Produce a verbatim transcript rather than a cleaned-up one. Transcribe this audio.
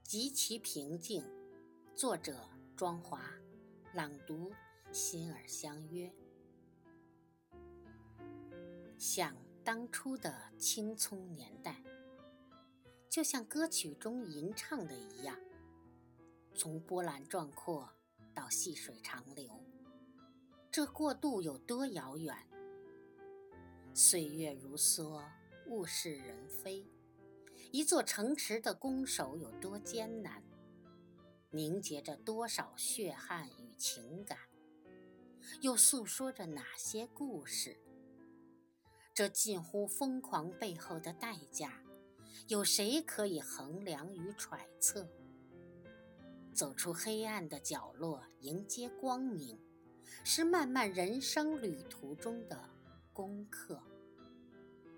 极其平静。作者庄华，朗读心儿相约。想当初的青葱年代，就像歌曲中吟唱的一样，从波澜壮阔到细水长流，这过渡有多遥远？岁月如梭，物是人非，一座城池的攻守有多艰难，凝结着多少血汗与情感，又诉说着哪些故事？这近乎疯狂背后的代价，有谁可以衡量与揣测？走出黑暗的角落，迎接光明，是漫漫人生旅途中的功课。